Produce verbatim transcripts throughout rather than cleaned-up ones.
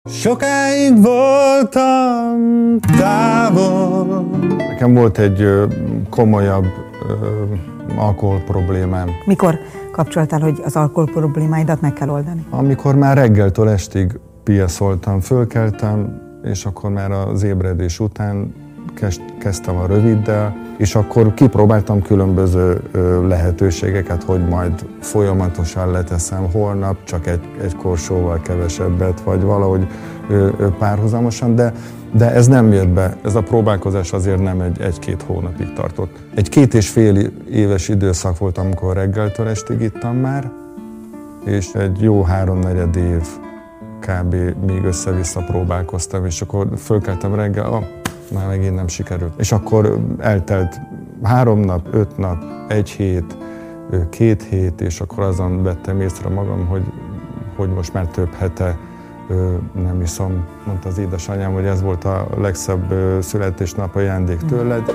Sokáig voltam távol. Nekem volt egy ö, komolyabb ö, alkohol problémám. Mikor kapcsoltál, hogy az alkohol problémáidat meg kell oldani? Amikor már reggeltől estig piaszoltam, fölkeltem, és akkor már az ébredés után kezdtem a röviddel, és akkor kipróbáltam különböző lehetőségeket, hogy majd folyamatosan leteszem holnap, csak egy, egy korsóval kevesebbet, vagy valahogy párhuzamosan, de, de ez nem jött be. Ez a próbálkozás azért nem egy, egy-két hónapig tartott. Egy két és fél éves időszak volt, amikor reggeltől estig ittam már, és egy jó háromnegyed év kb. Még össze-vissza próbálkoztam, és akkor fölkeltem reggel, ah, már megint nem sikerült. És akkor eltelt három nap, öt nap, egy hét, két hét, és akkor azon vettem észre magam, hogy, hogy most már több hete nem iszom. Mondta az édesanyám, hogy ez volt a legszebb születésnap ajándék tőled.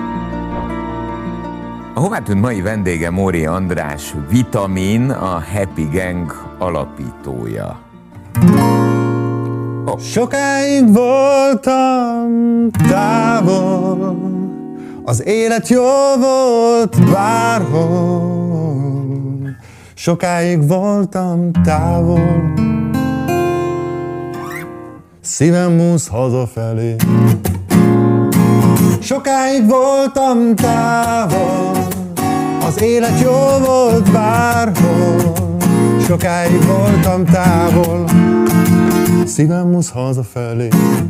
A hová tűnt mai vendége Móri András, Vitamin, a Happy Gang alapítója. Oh. Sokáig voltam távol, az élet jó volt bárhol. Sokáig voltam távol, szívem músz hazafelé. Sokáig voltam távol, az élet jó volt bárhol. Sokáig voltam távol, szívem músz hazafelé.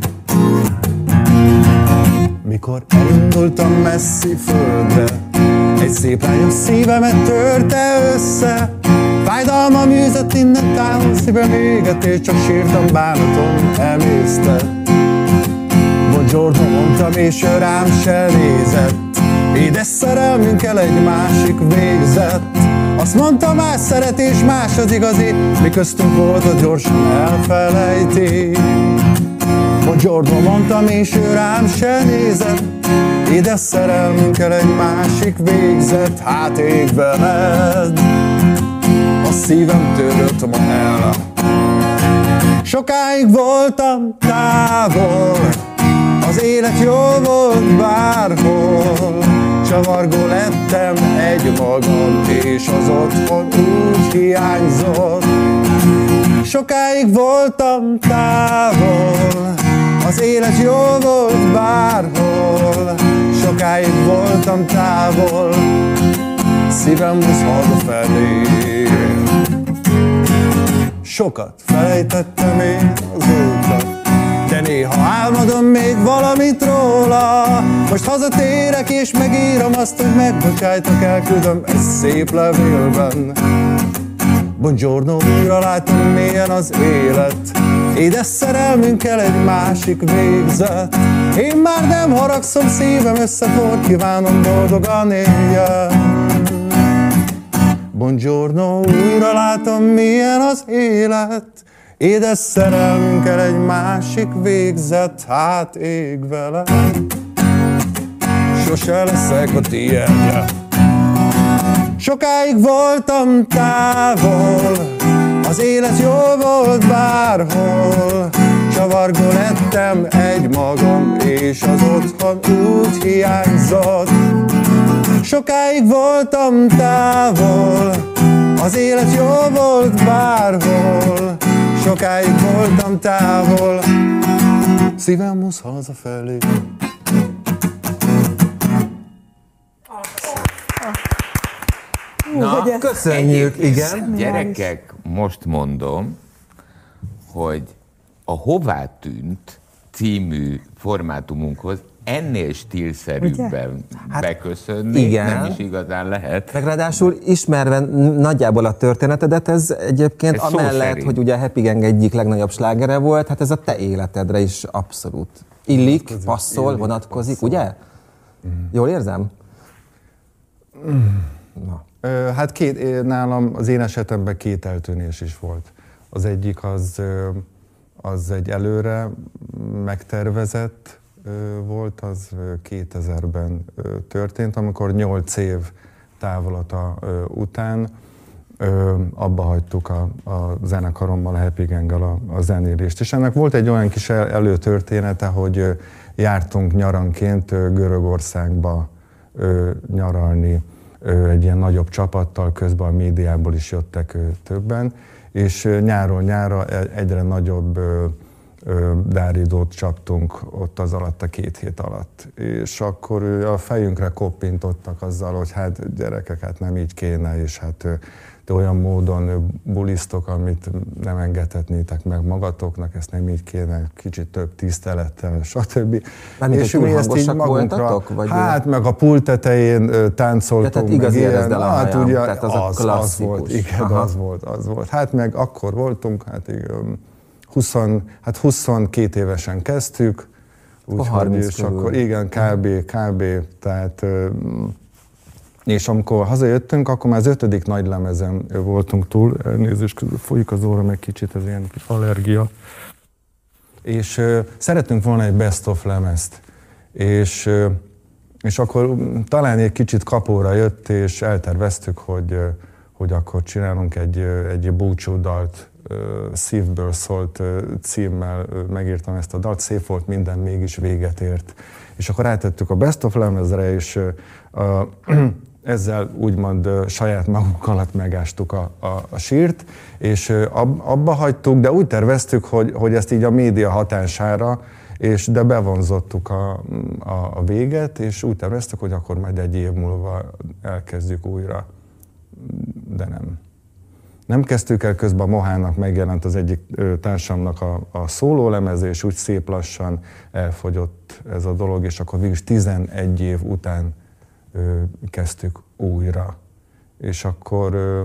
Mikor elindultam messzi földre, egy szép lány a szívemet törte össze. Fájdalmam űzött innen távol, szívem éget, és csak sírtam, bánatom emésztett. Buongiorno mondtam, és ő rám se nézett. Édes szerelmünkkel egy másik végzett. Azt mondta, más szeret és más az igazi, mi köztünk volt, a gyorsan elfelejti. Buongiorno mondtam, és ő rám se nézett. Édes szerelmünkkel egy másik végzett. Hát ég veled, a szívem törött ma el. Sokáig voltam távol, az élet jó volt bárhol. Csavargó lettem egymagam, és az otthon úgy hiányzott. Sokáig voltam távol, az élet jó volt bárhol. Sokáig voltam távol, szívem músz hazafelé. Sokat felejtettem én azóta, de néha álmodom még valamit róla. Most hazatérek és megírom azt, hogy megbocsájtok, elküldöm egy szép levélben. Buongiorno, újra látom, milyen az élet. Édes szerelmünkkel egy másik végzett. Én már nem haragszom, szívem összefor, kívánom boldogan éljen. Buongiorno, újra látom, milyen az élet. Édes szerelmünkkel egy másik végzett. Hát ég vele, sose leszek a tiédje. Sokáig voltam távol, az élet jó volt bárhol. Csavargó lettem egymagam, és az otthon úgy hiányzott. Sokáig voltam távol, az élet jó volt bárhol. Sokáig voltam távol, szívem músz hazafelé. Na, köszönjük, igen. Gyerekek, most mondom, hogy a Hová tűnt című formátumunkhoz ennél stílszerűbben hát, beköszönni, igen. Nem is igazán lehet. Meg ráadásul ismerve nagyjából a történetedet, ez egyébként ez amellett, hogy ugye a Happy Gang egyik legnagyobb slágere volt, hát ez a te életedre is abszolút illik, passzol, illik, vonatkozik, passzol. Ugye? Mm. Jól érzem? Mm. Na. Hát két, nálam az én esetemben két eltűnés is volt. Az egyik az, az egy előre megtervezett volt, az kétezerben történt, amikor nyolc év távolata után ö, abba hagytuk a, a zenekarommal, a Happy Gang-gal a, a zenélést. És ennek volt egy olyan kis el, előtörténete, hogy ö, jártunk nyaranként ö, Görögországba ö, nyaralni ö, egy ilyen nagyobb csapattal, közben a médiából is jöttek ö, többen, és ö, nyáron nyára egyre nagyobb ö, dáridót csaptunk ott az alatt a két hét alatt. És akkor a fejünkre koppintottak azzal, hogy hát gyerekek, hát nem így kéne, és hát de olyan módon bulisztok, amit nem engedhetnétek meg magatoknak, ezt nem így kéne, kicsit több tisztelettel, stb. Mármint, és mi ezt így magunkra, voltatok, vagy hát meg a pult tetején táncoltunk, tehát igazi ilyen, el a hát hajam, ugye tehát az, az, a az volt, igen, az volt, az volt. Hát meg akkor voltunk, hát igen, húsz, hát huszonkét évesen kezdtük, úgyhogy és körül. Akkor igen, kb. kb. Tehát, és amikor hazajöttünk, akkor már az ötödik nagy lemezen voltunk túl, elnézést, folyik az óra meg kicsit, ez ilyen kis allergia. És uh, szerettünk volna egy best of lemezt, és, uh, és akkor talán egy kicsit kapóra jött, és elterveztük, hogy, uh, hogy akkor csinálunk egy, uh, egy búcsúdalt, Szívből szólt címmel megírtam ezt a dalt, szép volt minden, mégis véget ért. És akkor rátettük a Best of lemezre, és uh, ezzel úgymond uh, saját magunk alatt megástuk a, a, a sírt, és uh, ab, abba hagytuk, de úgy terveztük, hogy, hogy ezt így a média hatására, és de bevonzottuk a, a, a véget, és úgy terveztük, hogy akkor majd egy év múlva elkezdjük újra, de nem. Nem kezdtük el, közben a Mohának megjelent az egyik társamnak a, a szólólemez, és úgy szép lassan elfogyott ez a dolog, és akkor végül tizenegy év után ö, kezdtük újra. És akkor ö,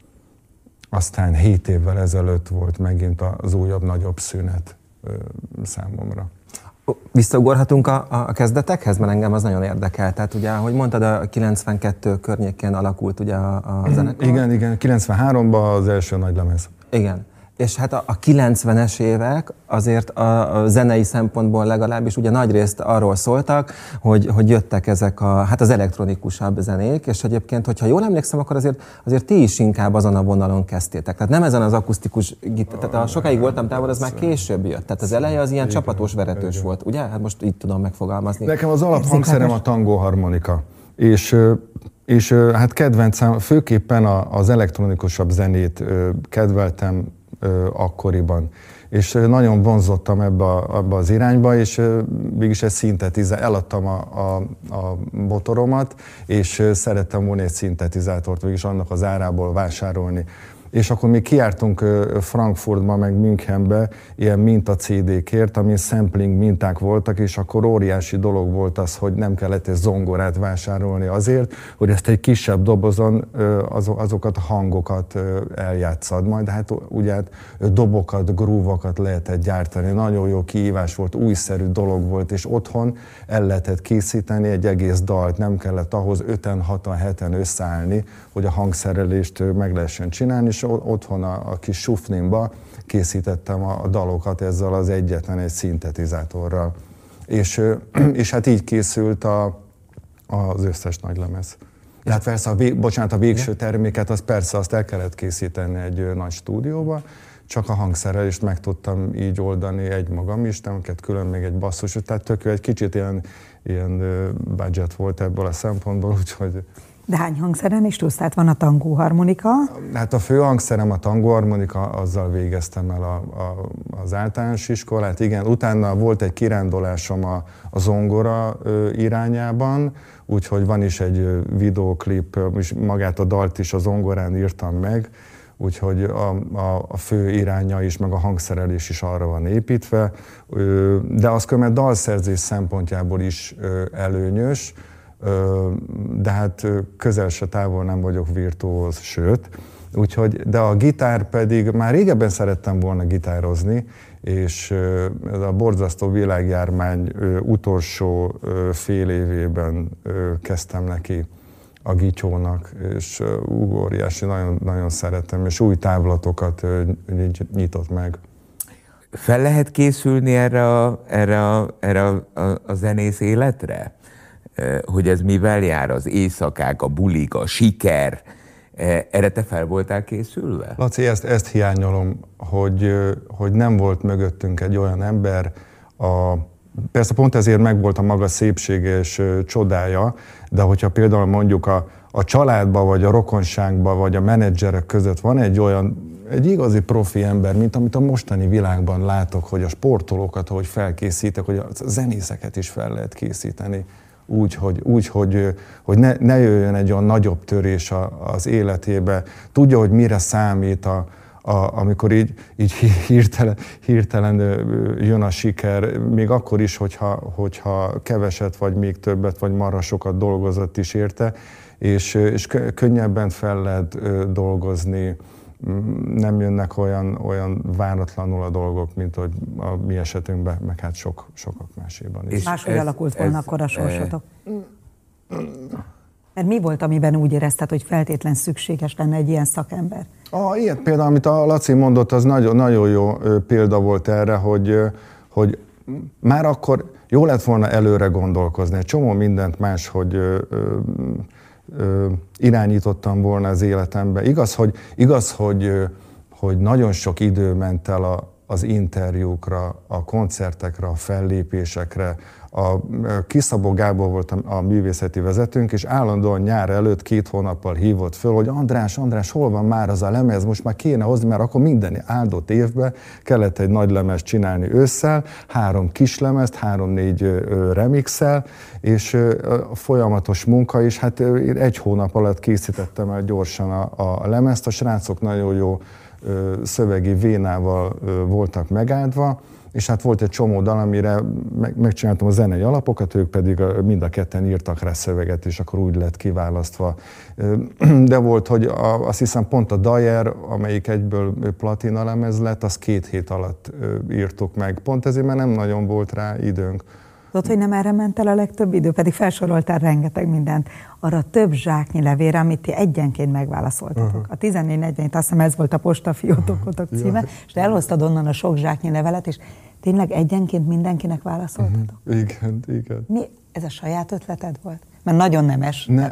aztán hét évvel ezelőtt volt megint az újabb, nagyobb szünet ö, számomra. Visszaugorhatunk a, a kezdetekhez, mert engem az nagyon érdekel. Tehát ugye, ahogy mondtad, a kilencvenkettő környékén alakult ugye a, a zenekar. Igen, igen, kilencvenháromban az első nagy lemez. Igen. És hát a, a kilencvenes évek azért a, a zenei szempontból legalábbis ugye nagyrészt arról szóltak, hogy, hogy jöttek ezek a, hát az elektronikusabb zenék, és egyébként, hogyha jól emlékszem, akkor azért, azért ti is inkább azon a vonalon kezdtétek. Tehát nem ezen az akusztikus gitár, tehát ha sokáig voltam távol, az már később jött. Tehát az eleje az ilyen csapatos, veretős volt, ugye? Hát most így tudom megfogalmazni. Nekem az alaphangszerem a tangó harmonika, és és hát kedvencem, főképpen az elektronikusabb zenét kedveltem akkoriban. És nagyon vonzottam ebbe, a, ebbe az irányba, és mégis egy szintetizál, eladtam a, a, a motoromat, és szerettem volna egy szintetizátort végig annak az árából vásárolni. És akkor még kijártunk Frankfurtba, meg Münchenbe ilyen minta cé dé-kért, amin sampling minták voltak, és akkor óriási dolog volt az, hogy nem kellett egy zongorát vásárolni azért, hogy ezt egy kisebb dobozon azokat a hangokat eljátszad majd. Hát ugye hát dobokat, groovokat lehetett gyártani, nagyon jó kihívás volt, újszerű dolog volt, és otthon el lehetett készíteni egy egész dalt, nem kellett ahhoz öten, hatan, heten összeállni, hogy a hangszerelést meg lehessen csinálni, és otthon a, a kis sufnimba készítettem a, a dalokat ezzel az egyetlen egy szintetizátorral. És, és hát így készült a, az összes nagylemez. Tehát persze, a vég, bocsánat, a végső terméket, az persze azt el kellett készíteni egy nagy stúdióba, csak a hangszerelést meg tudtam így oldani egy magam is, neked külön még egy basszus, tehát tök egy kicsit ilyen, ilyen budget volt ebből a szempontból, úgyhogy... De hány hangszeren is tudsz? Tehát van a tangóharmonika? Hát a fő hangszerem a tangóharmonika, azzal végeztem el a, a, az általános iskolát. Igen, utána volt egy kirándulásom a, a zongora ö, irányában, úgyhogy van is egy videóklip, és magát a dalt is a zongorán írtam meg, úgyhogy a, a, a fő iránya is, meg a hangszerelés is arra van építve, ö, de az különben dalszerzés szempontjából is ö, előnyös, de hát közel se távol nem vagyok virtuóz, sőt. Úgyhogy, de a gitár pedig, már régebben szerettem volna gitározni, és ez a borzasztó világjármány utolsó fél évében kezdtem neki a gityónak, és óriási, nagyon, nagyon szeretem, és új távlatokat nyitott meg. Fel lehet készülni erre a, erre a, erre a, a, a zenész életre? Hogy ez mivel jár, az éjszakák, a bulik, a siker, Erre te fel voltál készülve? Laci, ezt, ezt hiányolom, hogy, hogy nem volt mögöttünk egy olyan ember, a, persze pont ezért megvolt a maga szépsége és csodája, de hogyha például mondjuk a, a családban, vagy a rokonságban, vagy a menedzserek között van egy olyan, egy igazi profi ember, mint amit a mostani világban látok, hogy a sportolókat, ahogy felkészítek, hogy a zenészeket is fel lehet készíteni, úgy, hogy, úgy, hogy, hogy ne, ne jöjjön egy olyan nagyobb törés a, az életébe. Tudja, hogy mire számít, a, a, amikor így, így hirtelen, hirtelen jön a siker, még akkor is, hogyha, hogyha keveset, vagy még többet, vagy marha sokat dolgozott is érte, és, és könnyebben fel lehet dolgozni, nem jönnek olyan, olyan váratlanul a dolgok, mint hogy a mi esetünkben, meg hát sok, sokak máséban is. És máshogy alakult volna akkor a sorsotok? Mert mi volt, amiben úgy érezted, hogy feltétlen szükséges lenne egy ilyen szakember? Ah, ilyet például, amit a Laci mondott, az nagyon, nagyon jó példa volt erre, hogy, hogy már akkor jó lett volna előre gondolkozni. Egy csomó mindent máshogy Ö, irányítottam volna az életembe. Igaz, hogy, igaz, hogy, hogy nagyon sok idő ment el a, az interjúkra, a koncertekre, a fellépésekre. A Kiszabó Gábor volt a, a művészeti vezetőnk, és állandóan nyár előtt két hónappal hívott föl, hogy András, András, hol van már az a lemez, most már kéne hozni, mert akkor minden áldott évben kellett egy nagy lemezt csinálni ősszel, három kis lemezt, három-négy remixel, és a folyamatos munka is, hát egy hónap alatt készítettem el gyorsan a, a lemezt, a srácok nagyon jó szövegi vénával voltak megáldva, és hát volt egy csomó dal, amire megcsináltam a zenei alapokat, ők pedig mind a ketten írtak rá szöveget, és akkor úgy lett kiválasztva. De volt, hogy a, azt hiszem pont a Dajer, amelyik egyből platina lemez lett, azt két hét alatt írtuk meg. Pont ezért, mert nem nagyon volt rá időnk. Tudod, hogy nem erre ment el a legtöbb idő, pedig felsoroltál rengeteg mindent. Arra több zsáknyi levélre, amit ti egyenként megválaszoltatok. Uh-huh. A tizennégy negyven, azt hiszem ez volt a postafiótokotok uh-huh. címe, és te elhoztad onnan a sok zsáknyi levelet, és tényleg egyenként mindenkinek válaszoltatok? Uh-huh. Igen, igen. Mi? Ez a saját ötleted volt? Mert nagyon nemes. Ne,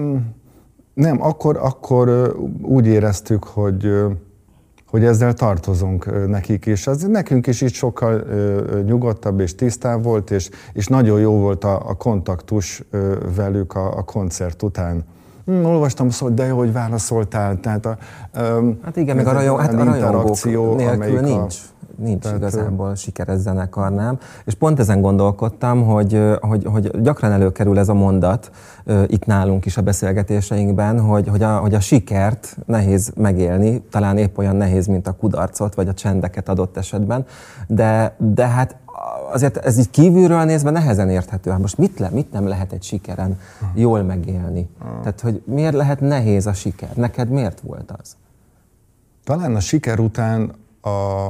nem, akkor, akkor úgy éreztük, hogy hogy ezzel tartozunk nekik is. Az nekünk is így sokkal ö, nyugodtabb és tisztább volt, és, és nagyon jó volt a, a kontaktus ö, velük a, a koncert után. Hmm, olvastam szó, de jó, hogy válaszoltál. Tehát a, ö, hát igen, meg a, rajong, hát a rajongók nélkül nincs. A, Nincs tehát, igazából sikeres zenekarnám. És pont ezen gondolkodtam, hogy, hogy, hogy gyakran előkerül ez a mondat uh, itt nálunk is a beszélgetéseinkben, hogy, hogy, a, hogy a sikert nehéz megélni, talán épp olyan nehéz, mint a kudarcot, vagy a csendeket adott esetben, de, de hát azért ez így kívülről nézve nehezen érthető. Hát most mit, le, mit nem lehet egy sikeren jól megélni? Tehát, hogy miért lehet nehéz a siker? Neked miért volt az? Talán a siker után a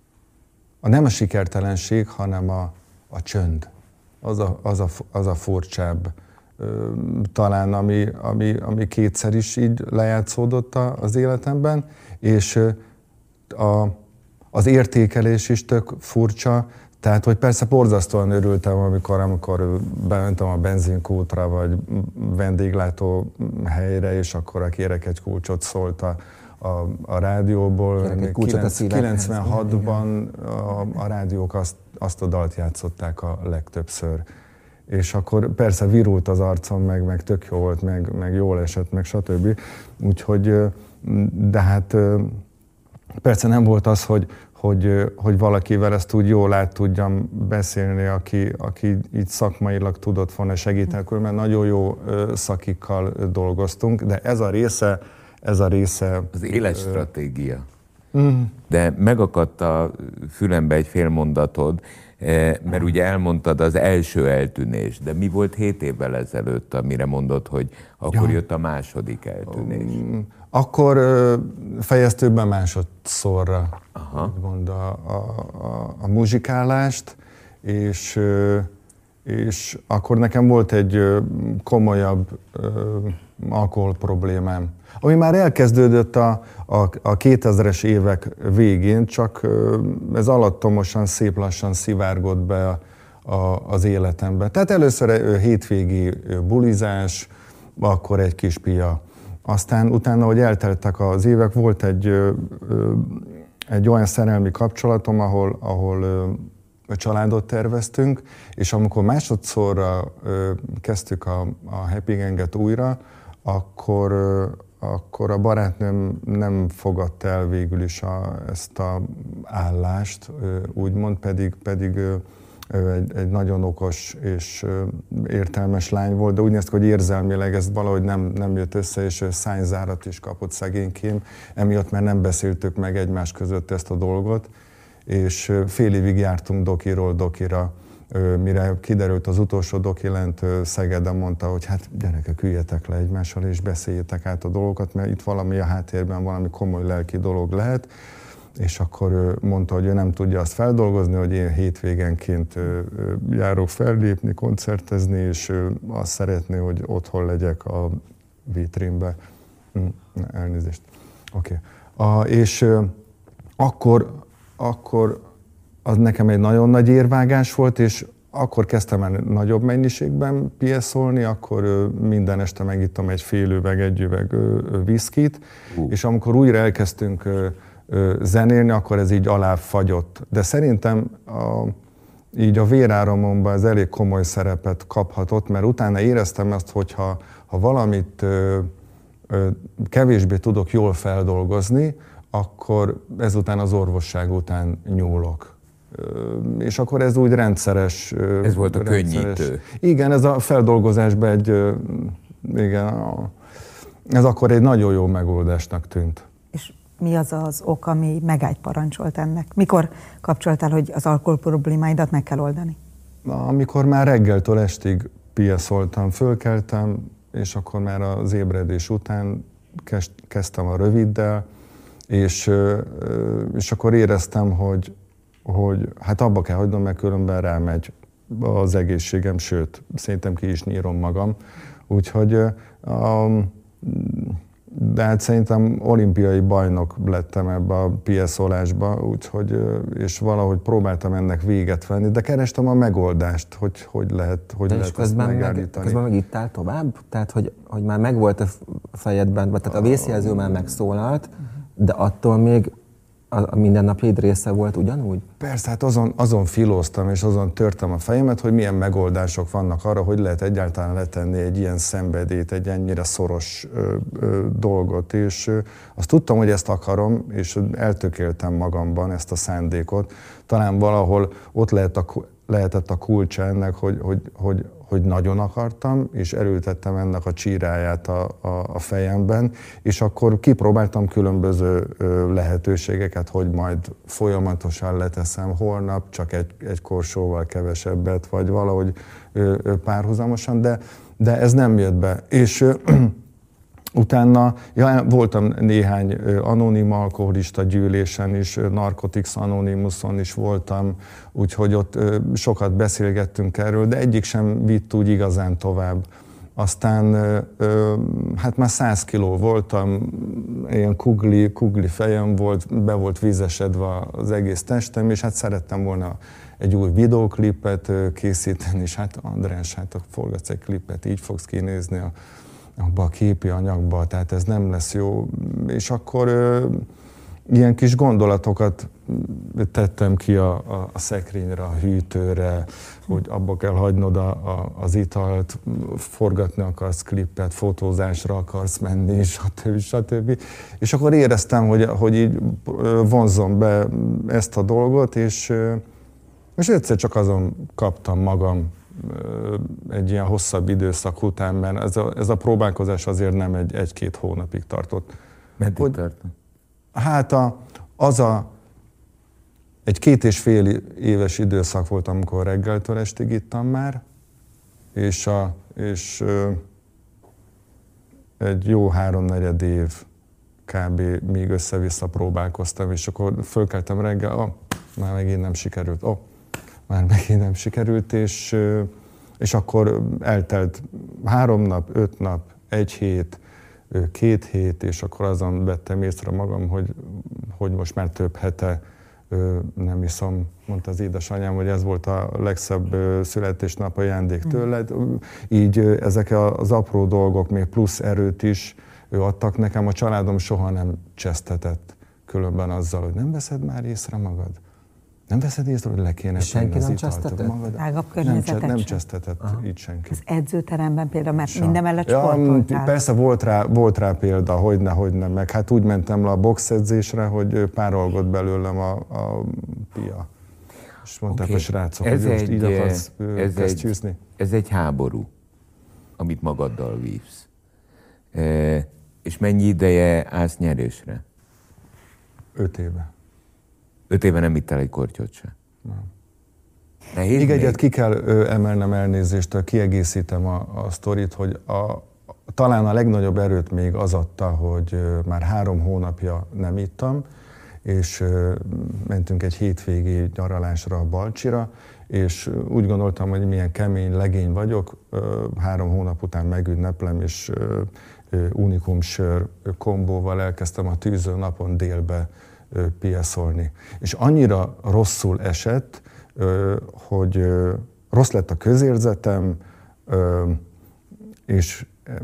A nem a sikertelenség, hanem a, a csönd. Az a, az a, az a furcsább talán, ami, ami, ami kétszer is így lejátszódott az életemben, és a, az értékelés is tök furcsa, tehát, hogy persze borzasztóan örültem, amikor, amikor bementem a benzinkútra, vagy vendéglátó helyre, és akkor a kérek egy kulcsot szólt a A, a rádióból. kilencvenhatban a, a rádiók azt, azt a dalt játszották a legtöbbször. És akkor persze virult az arcom, meg, meg tök jó volt, meg, meg jól esett, meg stb. Úgyhogy, de hát persze nem volt az, hogy, hogy, hogy valakivel ezt úgy jól át tudjam beszélni, aki, aki így szakmailag tudott volna segíteni, mert nagyon jó szakikkal dolgoztunk, de ez a része Ez a része... Az életstratégia. Mm. De megakadt a fülembe egy fél mondatod, mert ugye elmondtad az első eltűnés, de mi volt hét évvel ezelőtt, amire mondod, hogy akkor ja. jött a második eltűnés? Akkor fejeztük be másodszorra, úgymond a, a, a, a muzsikálást, és, és akkor nekem volt egy komolyabb alkohol problémám, ami már elkezdődött a, a, a kétezres évek végén, csak ez alattomosan, szép lassan szivárgott be a, a, az életembe. Tehát először hétvégi bulizás, akkor egy kis pia, Aztán utána, hogy elteltek az évek, volt egy, ö, ö, egy olyan szerelmi kapcsolatom, ahol, ahol ö, családot terveztünk, és amikor másodszorra ö, kezdtük a, a Happy Ganget újra, akkor, ö, akkor a barátnőm nem fogadta el végül is a, ezt a állást, ö, úgymond, pedig, pedig ö, Egy, egy nagyon okos és értelmes lány volt, de úgy néz ki, hogy érzelmileg ez valahogy nem, nem jött össze, és szányzárat is kapott szegénykém. Emiatt már nem beszéltük meg egymás között ezt a dolgot, és fél évig jártunk dokiról dokira, mire kiderült az utolsó doki lent Szegeden, mondta, hogy hát gyerekek, üljetek le egymással, és beszéljétek át a dolgokat, mert itt valami a háttérben, valami komoly lelki dolog lehet. És akkor ő mondta, hogy ő nem tudja azt feldolgozni, hogy én hétvégenként járok fellépni, koncertezni, és ő azt szeretné, hogy otthon legyek a vitrínbe. Elnézést. Oké. Okay. És akkor, akkor az nekem egy nagyon nagy érvágás volt, és akkor kezdtem el nagyobb mennyiségben pieszolni, akkor minden este megittam egy fél üveg, egy üveg viszkit, uh. és amikor újra elkezdtünk zenélni, akkor ez így aláfagyott. De szerintem a, így a véráramomban ez elég komoly szerepet kaphatott, mert utána éreztem azt, hogy ha, ha valamit ö, ö, kevésbé tudok jól feldolgozni, akkor ezután az orvosság után nyúlok. Ö, és akkor ez úgy rendszeres. Ö, ez volt a rendszeres. Könnyítő. Igen, ez a feldolgozásban egy, ö, igen, a, ez akkor egy nagyon jó megoldásnak tűnt. És mi az az ok, ami megállt parancsolt ennek? Mikor kapcsoltál, hogy az alkohol problémáidat meg kell oldani? Amikor már reggeltől estig pieszoltam, fölkeltem, és akkor már az ébredés után kezdtem a röviddel, és, és akkor éreztem, hogy, hogy hát abba kell hagynom, mert különben rámegy az egészségem, sőt, szerintem ki is nyírom magam. Úgyhogy um, de hát szerintem olimpiai bajnok lettem ebbe a pieszolásba, úgyhogy, és valahogy próbáltam ennek véget venni, de kerestem a megoldást, hogy hogy lehet, hogy de lehet ezt megállítani. Meg, közben meg ittál tovább? Tehát, hogy, hogy már megvolt a fejedben, vagy tehát a vészjelző már megszólalt, de attól még a mindennapjaid része volt ugyanúgy? Persze, hát azon, azon filóztam és azon törtem a fejemet, hogy milyen megoldások vannak arra, hogy lehet egyáltalán letenni egy ilyen szenvedélyt, egy ennyire szoros ö, ö, dolgot. És ö, azt tudtam, hogy ezt akarom, és eltökéltem magamban ezt a szándékot. Talán valahol ott lehet a, lehetett a kulcsa ennek, hogy, hogy, hogy, hogy nagyon akartam, és erőltettem ennek a csíráját a, a, a fejemben, és akkor kipróbáltam különböző ö, lehetőségeket, hogy majd folyamatosan leteszem holnap, csak egy, egy korsóval kevesebbet, vagy valahogy ö, ö, párhuzamosan, de, de ez nem jött be. És ö, utána ja, voltam néhány anonim alkoholista gyűlésen is, Narcotics Anonymouson is voltam, úgyhogy ott sokat beszélgettünk erről, de egyik sem vitt úgy igazán tovább. Aztán hát már száz kiló voltam, ilyen kugli, kugli fejem volt, be volt vízesedve az egész testem, és hát szerettem volna egy új videóklipet készíteni, és hát András, hát forgatsz egy klipet, így fogsz kinézni a abba a képi anyagba, tehát ez nem lesz jó. És akkor ö, ilyen kis gondolatokat tettem ki a, a, a szekrényre, a hűtőre, hogy abba kell hagynod a, a, az italt, forgatni akarsz klipet, fotózásra akarsz menni, stb. stb. És akkor éreztem, hogy, hogy így vonzom be ezt a dolgot, és, és egyszer csak azon kaptam magam, egy ilyen hosszabb időszak után, mert ez a, ez a próbálkozás azért nem egy, egy-két hónapig tartott. Meddig tartott? Hát a, az a egy két és fél éves időszak volt, amikor reggeltől estig ittam már, és, a, és ö, egy jó háromnegyed év kb. Még össze-vissza próbálkoztam, és akkor fölkeltem reggel, oh, már megint nem sikerült, oh, már megint nem sikerült, és, és akkor eltelt három nap, öt nap, egy hét, két hét, és akkor azon vettem észre magam, hogy, hogy most már több hete nem iszom, mondta az édesanyám, hogy ez volt a legszebb születésnap ajándék tőled. Így ezek az apró dolgok még plusz erőt is adtak nekem. A családom soha nem csesztetett különben azzal, hogy nem veszed már észre magad? Nem veszed észre, hogy le kéne tenni az italt magad? Nem, nem csesztetett Aha. így senki. Az edzőteremben például, mert Sa. minden mellett ja, sportoltál? Persze volt rá, volt rá példa, hogyne, hogyne, meg hát úgy mentem le a boxedzésre, hogy párolgott belőlem a, a pia. És mondták okay. a srácok, ez hogy egy, most így akarsz ez kesztyűzni. Egy, ez egy háború, amit magaddal vívsz. E, és mennyi ideje állsz nyerésre? Öt éve. Öt éve nem ittál egy kortyot se? Nem. Nehéz még, még egyet ki kell ö, emelnem elnézést, kiegészítem a, a sztorit, hogy a, talán a legnagyobb erőt még az adta, hogy ö, már három hónapja nem ittam, és ö, mentünk egy hétvégi nyaralásra a Balcsira, és úgy gondoltam, hogy milyen kemény legény vagyok, ö, három hónap után megünneplem, és ö, ö, unikum sör kombóval elkezdtem a tűző napon délbe ö, pieszolni. És annyira rosszul esett, ö, hogy ö, rossz lett a közérzetem, ö, és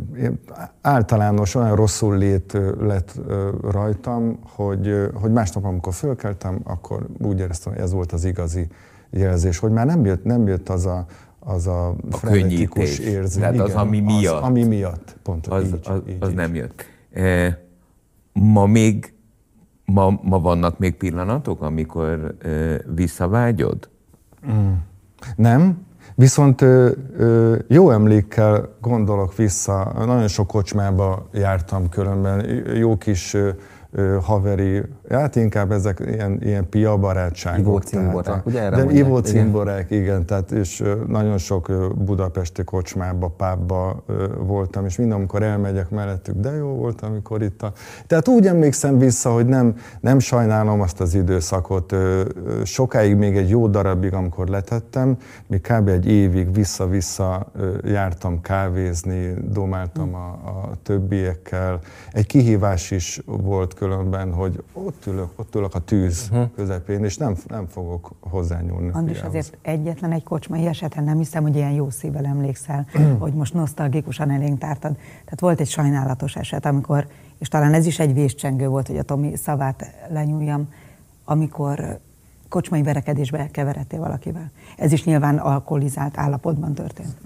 általános olyan rosszul lét lett rajtam, hogy, hogy másnap, amikor fölkeltem, akkor úgy éreztem, hogy ez volt az igazi jelzés, hogy már nem jött, nem jött az a, az a, a frenetikus érzés. Tehát igen, az, ami miatt. Az, ami miatt, pont az, így, az, így, az így. nem jött. E, ma még, ma, ma vannak még pillanatok, amikor e, visszavágyod? Mm. Nem. Viszont ö, ö, jó emlékkel gondolok vissza, nagyon sok kocsmába jártam különben, jó kis ö, ö, haveri, hát inkább ezek ilyen, ilyen pia barátságok. Ivó cimborák, ugye erre De mondják? ivó cimborák, igen. igen, tehát és ö, nagyon sok ö, budapesti kocsmába, pábba ö, voltam, és minden, amikor elmegyek mellettük, de jó volt, amikor itt a... Tehát úgy emlékszem vissza, hogy nem, nem sajnálom azt az időszakot. Ö, ö, sokáig, még egy jó darabig, amikor letettem, még kb. Egy évig vissza-vissza ö, jártam kávézni, domáltam a, a többiekkel. Egy kihívás is volt különben, hogy ott ülök, ott ülök a tűz uh-huh. közepén, és nem, nem fogok hozzányúlni. Andris, azért egyetlen egy kocsmai esetre nem hiszem, hogy ilyen jó szívvel emlékszel, hogy most nosztalgikusan elénk tártad. Tehát volt egy sajnálatos eset, amikor, és talán ez is egy véscsengő volt, hogy a Tomi szavát lenyúljam, amikor kocsmai verekedésbe keveredtél valakivel. Ez is nyilván alkoholizált állapotban történt.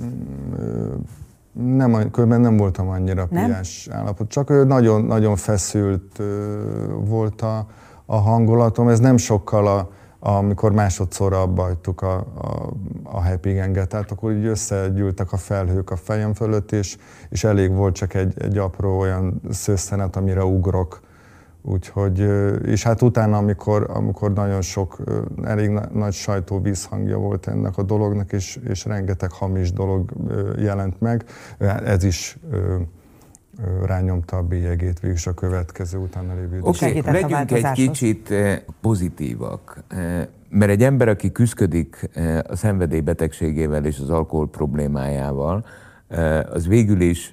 Nem, különben nem voltam annyira piás állapot, csak nagyon, nagyon feszült volt a, a hangulatom. Ez nem sokkal, a, amikor másodszorra abba hagytuk a, a, a Happy Ganget, tehát akkor így összegyűltek a felhők a fejem fölött, és, és elég volt csak egy, egy apró olyan szösszenet, amire ugrok. Úgyhogy, és hát utána, amikor, amikor nagyon sok, elég nagy sajtó vízhangja volt ennek a dolognak, és, és rengeteg hamis dolog jelent meg, ez is rányomta a bélyegét végül a következő utána lévő időszakban. Oké, okay, legyünk egy kicsit pozitívak, mert egy ember, aki küszködik a szenvedélybetegségével és az alkohol problémájával, az végül is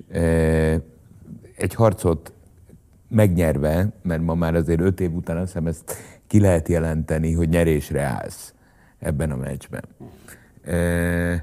egy harcot megnyerve, mert ma már azért öt év után azt hiszem ezt ki lehet jelenteni, hogy nyerésre állsz ebben a meccsben. E,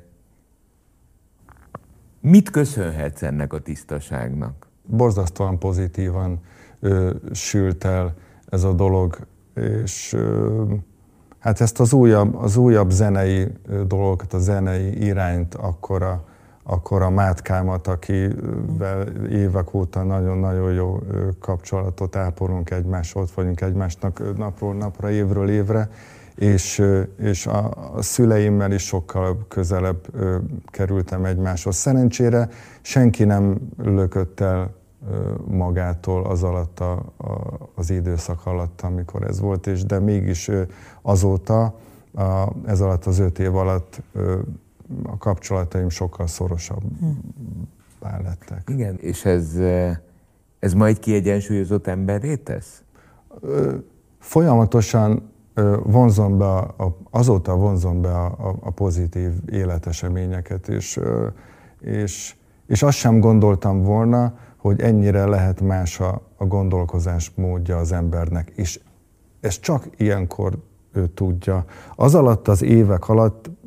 mit köszönhetsz ennek a tisztaságnak? Borzasztóan pozitívan ö, sült el ez a dolog, és ö, hát ezt az újabb, az újabb zenei dolgokat, a zenei irányt akkora, akkor a Mátkámat, akivel évek óta nagyon-nagyon jó kapcsolatot ápolunk egymáshoz, ott vagyunk egymásnak napról napra, évről évre, és, és a, a szüleimmel is sokkal közelebb kerültem egymáshoz. Szerencsére senki nem lökött el magától az alatt a, a, az időszak alatt, amikor ez volt, és de mégis azóta, a, ez alatt az öt év alatt a kapcsolataim sokkal szorosabbá lettek. Igen, és ez, ez ma egy kiegyensúlyozott emberré tesz? Folyamatosan vonzom be, a, azóta vonzom be a, a, a pozitív életeseményeket, és, és, és azt sem gondoltam volna, hogy ennyire lehet más a, a gondolkozás módja az embernek, és ez csak ilyenkor ő tudja. Az alatt az évek alatt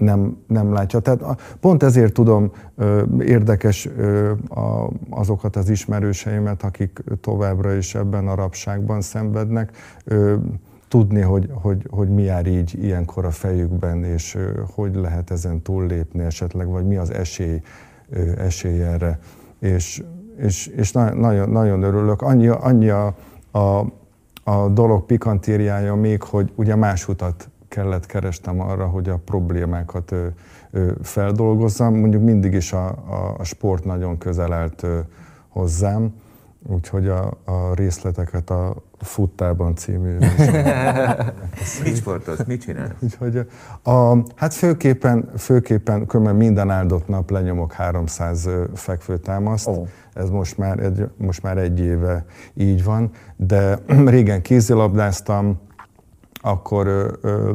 nem, nem látja. Tehát pont ezért tudom érdekes azokat az ismerőseimet, akik továbbra is ebben a rabságban szenvednek, tudni, hogy, hogy, hogy mi jár így ilyenkor a fejükben, és hogy lehet ezen túllépni esetleg, vagy mi az esély, esély erre. És, és, és nagyon, nagyon örülök. Annyi, annyi a, a, a dolog pikantériája még, hogy ugye más utat kellett kerestem arra, hogy a problémákat ö, ö, feldolgozzam. Mondjuk mindig is a, a, a sport nagyon közel állt ö, hozzám, úgyhogy a, a részleteket a Futtában című Mit sportolsz, mit csinálsz? Úgyhogy a, hát főképpen, főképpen minden áldott nap lenyomok háromszáz fekvőtámaszt. Oh. Ez most már, egy, most már egy éve így van, de régen kézilabdáztam, akkor ö, ö,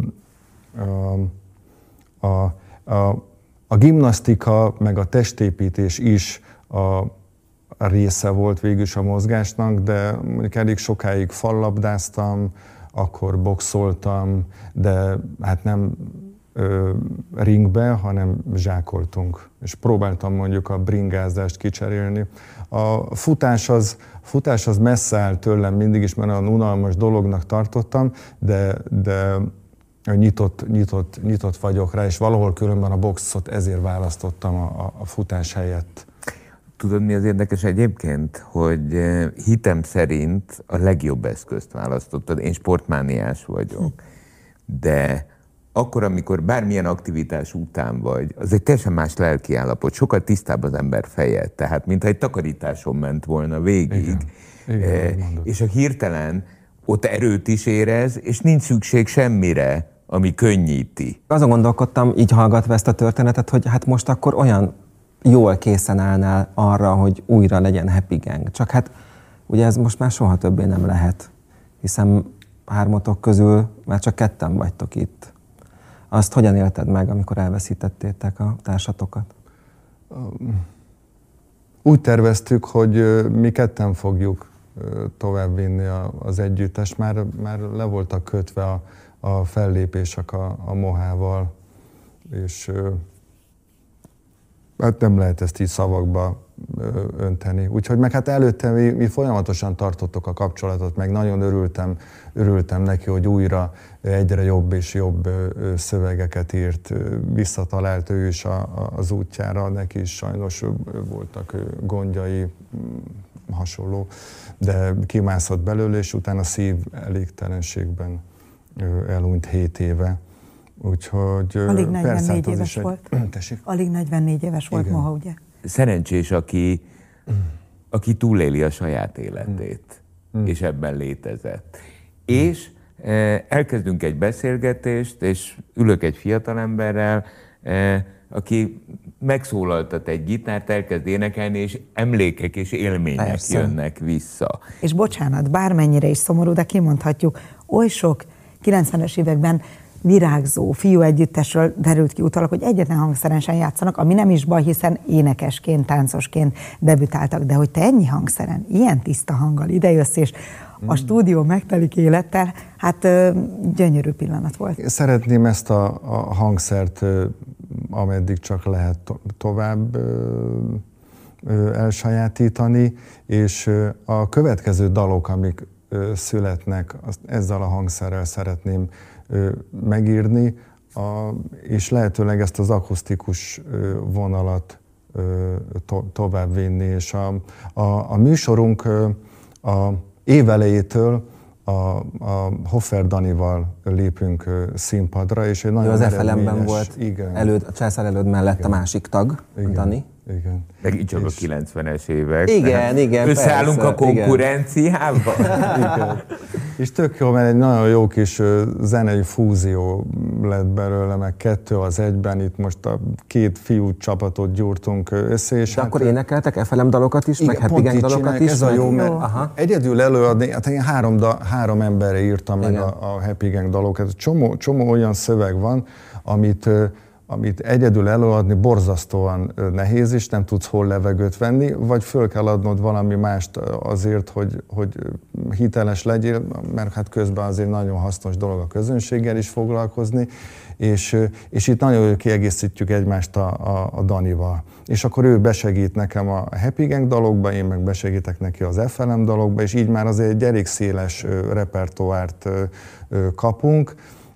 a, a, a, a gimnasztika meg a testépítés is a, a része volt végülis a mozgásnak, de mondjuk elég sokáig fallabdáztam, akkor boxoltam, de hát nem ö, ringbe, hanem zsákoltunk. És próbáltam mondjuk a bringázást kicserélni. A futás az, futás az messze áll tőlem mindig is, mert olyan unalmas dolognak tartottam, de, de nyitott, nyitott, nyitott vagyok rá, és valahol különben a boxot ezért választottam a, a futás helyett. Tudod, mi az érdekes egyébként? Hogy hitem szerint a legjobb eszközt választottad. Én sportmániás vagyok, de akkor, amikor bármilyen aktivitás után vagy, az egy teljesen más lelkiállapot, sokkal tisztább az ember feje. Tehát, mintha egy takarításon ment volna végig. Igen. Igen, e, és a hirtelen ott erőt is érez, és nincs szükség semmire, ami könnyíti. Azon gondolkodtam, így hallgatva ezt a történetet, hogy hát most akkor olyan jól készen állnál arra, hogy újra legyen Happy Gang. Csak hát ugye ez most már soha többé nem lehet, hiszen hármatok közül már csak ketten vagytok itt. Azt hogyan élted meg, amikor elveszítettétek a társatokat? Úgy terveztük, hogy mi ketten fogjuk továbbvinni az együttest. Már, már le voltak kötve a, a fellépések a, a Mohával, és hát nem lehet ezt így szavakba önteni. Úgyhogy meg hát előtte mi, mi folyamatosan tartottuk a kapcsolatot, meg nagyon örültem, örültem neki, hogy újra egyre jobb és jobb szövegeket írt, visszatalált ő is a, a, az útjára, neki is sajnos voltak gondjai, hasonló, de kimászott belőle, és utána szív elégtelenségben elhunyt hét éve. Úgyhogy alig negyvennégy persze, éves egy... volt. Tessék? Alig negyvennégy éves volt Moha, ugye? Szerencsés, aki, aki túléli a saját életét, mm. és ebben létezett. Mm. És eh, elkezdünk egy beszélgetést, és ülök egy fiatalemberrel, eh, aki megszólaltat egy gitárt, elkezd énekelni, és emlékek és élmények Persze. jönnek vissza. És bocsánat, bármennyire is szomorú, de kimondhatjuk, oly sok kilencvenes években virágzó fiú együttesről derült ki utólag, hogy egyetlen hangszeren sem játszanak, ami nem is baj, hiszen énekesként, táncosként debütáltak, de hogy te ennyi hangszeren, ilyen tiszta hanggal idejössz, és a stúdió megtelik élettel, hát ö, gyönyörű pillanat volt. Szeretném ezt a, a hangszert, ö, ameddig csak lehet to- tovább ö, ö, elsajátítani, és ö, a következő dalok, amik ö, születnek, azt ezzel a hangszerrel szeretném ö, megírni, a, és lehetőleg ezt az akusztikus ö, vonalat ö, to- továbbvinni, és a, a, a műsorunk ö, a évelejétől a, a Hoffer Danival lépünk színpadra, és egy nagyon az ef el em-ben volt igen. Előd, a Császár előd mellett igen. a másik tag, igen. Dani. Igen. Meg így csak és... a kilencvenes évek. Igen, igen, összeállunk persze, a konkurenciába. Igen. És tök jó, mert egy nagyon jó kis zenei fúzió lett belőle, meg kettő az egyben, itt most a két fiú csapatot gyúrtunk össze. És de hát, akkor énekeltek ef el em dalokat is, igen, meg Happy Gang dalokat is? Ez a jó, mert Aha. egyedül előadni, hát én három, da, három emberre írtam igen. meg a, a Happy Gang dalokat. Csomó, csomó olyan szöveg van, amit amit egyedül előadni borzasztóan nehéz is, nem tudsz hol levegőt venni, vagy föl kell adnod valami mást azért, hogy, hogy hiteles legyél, mert hát közben azért nagyon hasznos dolog a közönséggel is foglalkozni, És, és itt nagyon kiegészítjük egymást a, a, a Danival. És akkor ő besegít nekem a Happy Gang dalokba, én meg besegítek neki az ef el em dalokba, és így már azért egy elég széles repertoárt kapunk,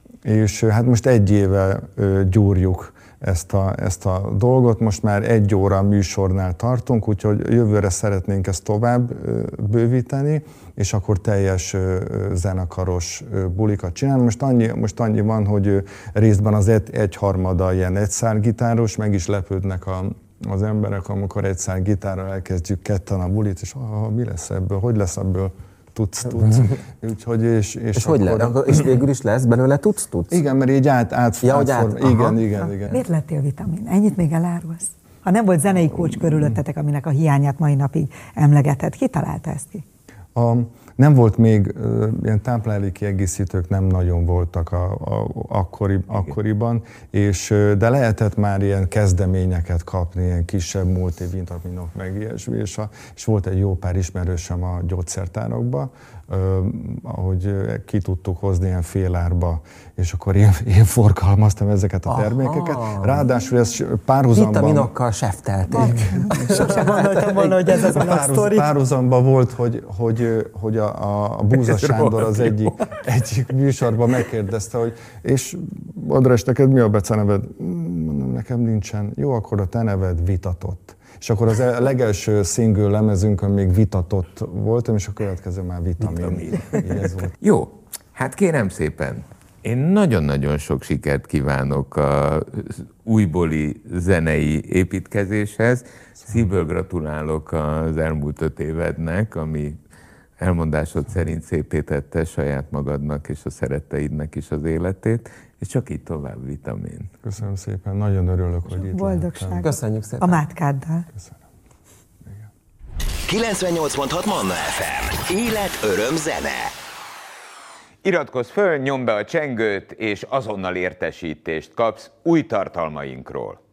és hát most egy éve gyúrjuk ezt a, ezt a dolgot, most már egy óra műsornál tartunk, úgyhogy jövőre szeretnénk ezt tovább bővíteni, és akkor teljes zenekaros bulikat csinálni. Most annyi, most annyi van, hogy részben az egy, egyharmada ilyen egyszárgitáros, meg is lepődnek a, az emberek, amikor egy szár gitárral elkezdjük ketten a bulit, és ah, mi lesz ebből, hogy lesz ebből tudsz, tudsz. Úgyhogy és, és, és, akkor... hogy le, és végül is lesz belőle tudsz, tudsz? Igen, mert így át, át, ja, át, át igen, igen, igen, igen. Miért lettél vitamin? Ennyit még elárulsz? Ha nem volt zenei kócs körülöttetek, aminek a hiányát mai napig emlegeted, ki találta ezt ki? A, nem volt még, uh, ilyen táplálékkiegészítők nem nagyon voltak a, a, akkori, akkoriban, és, de lehetett már ilyen kezdeményeket kapni, ilyen kisebb multivitaminok, meg ilyesmi, és, a, és volt egy jó pár ismerősöm a gyógyszertárakban, uh, ahogy ki tudtuk hozni ilyen félárba, és akkor én, én forgalmaztam ezeket a termékeket. Aha. Ráadásul ez párhuzamban... Vitaminokkal seftelték. Sosem gondoltam volna, hogy ez az a Párhuz, sztori. Párhuzamban volt, hogy, hogy, hogy a, a Búza Sándor az egyik, egyik műsorban megkérdezte, hogy és András, neked mi a beceneved? Mondom, nekem nincsen. Jó, akkor a te neved Vitatott. És akkor az a legelső single lemezünkön még Vitatott voltam, és a következő már Vitamin. Vitamin. Ez volt. Jó, hát kérem szépen, én nagyon-nagyon sok sikert kívánok az újbóli zenei építkezéshez. Szívből gratulálok az elmúlt öt évednek, ami elmondásod szerint szépítette saját magadnak és a szeretteidnek is az életét, és csak így tovább, Vitamin. Köszönöm szépen, nagyon örülök, hogy itt Boldogság. lehettem. Köszönjük szépen. A mátkáddal. Köszönöm. Igen. kilencvennyolc pont hat Manna ef em. Élet, öröm, zene. Iratkozz föl, nyomd be a csengőt, és azonnal értesítést kapsz új tartalmainkról.